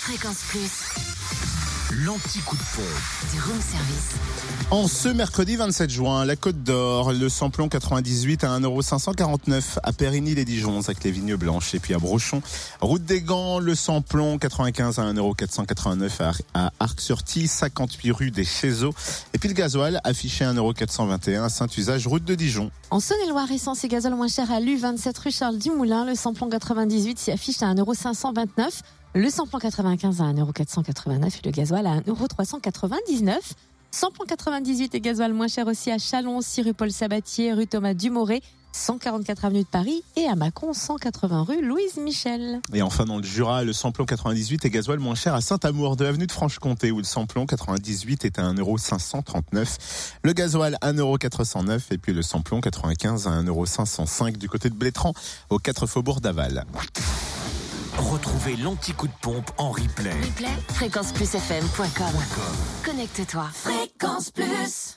Fréquence Plus. L'anti-coup de pompe Du room service. En ce mercredi 27 juin, la Côte d'Or, le samplon 98 à 1,549 € à Périgny-les-Dijon, avec les Vignes Blanches. Et puis à Brochon, route des Gants, le samplon 95 à 1,489 € à Arc-sur-Tille, 58 rue des Chézeaux. Et puis le gasoil affiché 1,421 € à Saint-Usage, route de Dijon. En Saône-et-Loire, essence et gazole moins cher à Lue, 27 rue Charles Dumoulin. Le samplon 98 s'y affiche à 1,529 €. Le samplon 95 à 1,489 € et le gasoil à 1,399 €. Samplon 98 et gasoil moins cher aussi à Chalon, 6 rue Paul Sabatier, rue Thomas Dumoré, 144 avenue de Paris et à Mâcon, 180 rue Louise Michel. Et enfin dans le Jura, le samplon 98 et gasoil moins cher à Saint-Amour, 2 avenue de Franche-Comté, où le samplon 98 est à 1,539 €. Le gasoil 1,409 € et puis le samplon 95 à 1,505 € du côté de Blétran, au 4 faubourg d'Aval. Retrouvez l'anti-coup de pompe en replay. Fréquenceplusfm.com. Connecte-toi. Fréquence Plus.